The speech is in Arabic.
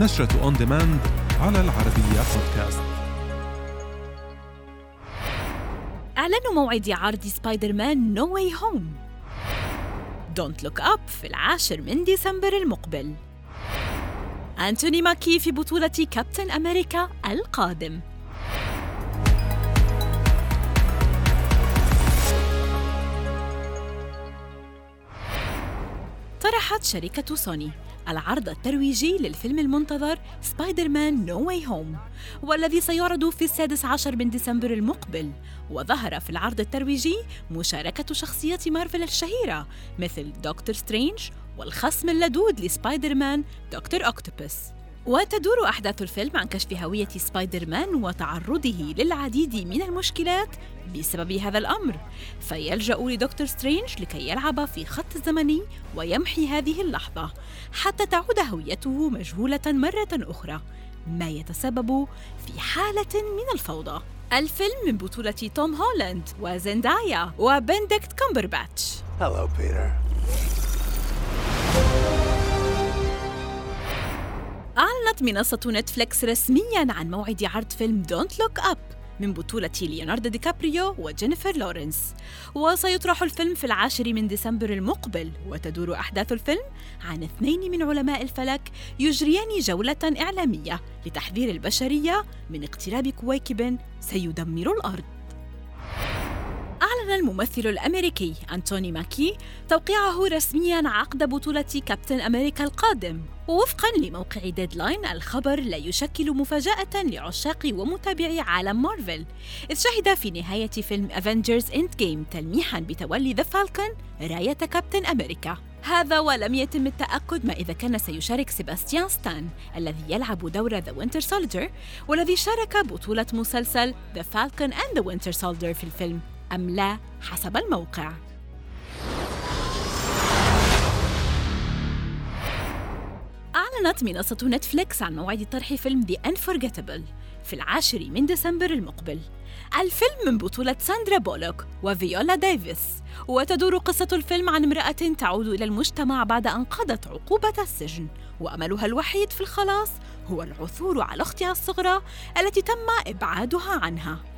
نشرة أون ديماند على العربية بودكاست. أعلنوا موعد عرض سبايدر مان نو واي هوم. دونت لوك أب في 10 ديسمبر المقبل. أنتوني ماكي في بطولة كابتن أمريكا القادم. طرحت شركة سوني العرض الترويجي للفيلم المنتظر سبايدر مان نو واي هوم، والذي سيعرض في 16 ديسمبر المقبل. وظهر في العرض الترويجي مشاركة شخصيات مارفل الشهيرة مثل دكتور سترينج والخصم اللدود لسبايدر مان دكتور أوكتوبس. وتدور أحداث الفيلم عن كشف هوية سبايدر مان وتعرضه للعديد من المشكلات بسبب هذا الأمر، فيلجأ لدكتور سترينج لكي يلعب في خط الزمني ويمحي هذه اللحظة حتى تعود هويته مجهولة مرة أخرى، ما يتسبب في حالة من الفوضى. الفيلم من بطولة توم هولاند وزندايا وبنديكت كامبرباتش. Hello, Peter. أعلنت منصة نتفليكس رسمياً عن موعد عرض فيلم دونت لوك أب من بطولة ليوناردو دي كابريو وجينيفر لورنس، وسيطرح الفيلم في 10 ديسمبر المقبل. وتدور أحداث الفيلم عن 2 من علماء الفلك يجريان جولة إعلامية لتحذير البشرية من اقتراب كويكب سيدمر الأرض. أعلن الممثل الأمريكي أنتوني ماكي توقيعه رسمياً عقد بطولة كابتن أمريكا القادم. ووفقاً لموقع ديدلاين، الخبر لا يشكل مفاجأة لعشاق ومتابعي عالم مارفل، إذ شهد في نهاية فيلم أفنجرز إند جيم تلميحاً بتولي ذا فالكون راية كابتن أمريكا. هذا ولم يتم التأكد ما إذا كان سيشارك سيباستيان ستان الذي يلعب دور ذا وينتر سولجر والذي شارك بطولة مسلسل ذا فالكون أند ذا وينتر سولجر في الفيلم أم لا حسب الموقع. أعلنت منصة نتفليكس عن موعد طرح فيلم The Unforgettable في 10 ديسمبر المقبل. الفيلم من بطولة ساندرا بولوك وفيولا ديفيس، وتدور قصة الفيلم عن امرأة تعود إلى المجتمع بعد أن قضت عقوبة السجن، وأملها الوحيد في الخلاص هو العثور على أختها الصغرى التي تم إبعادها عنها.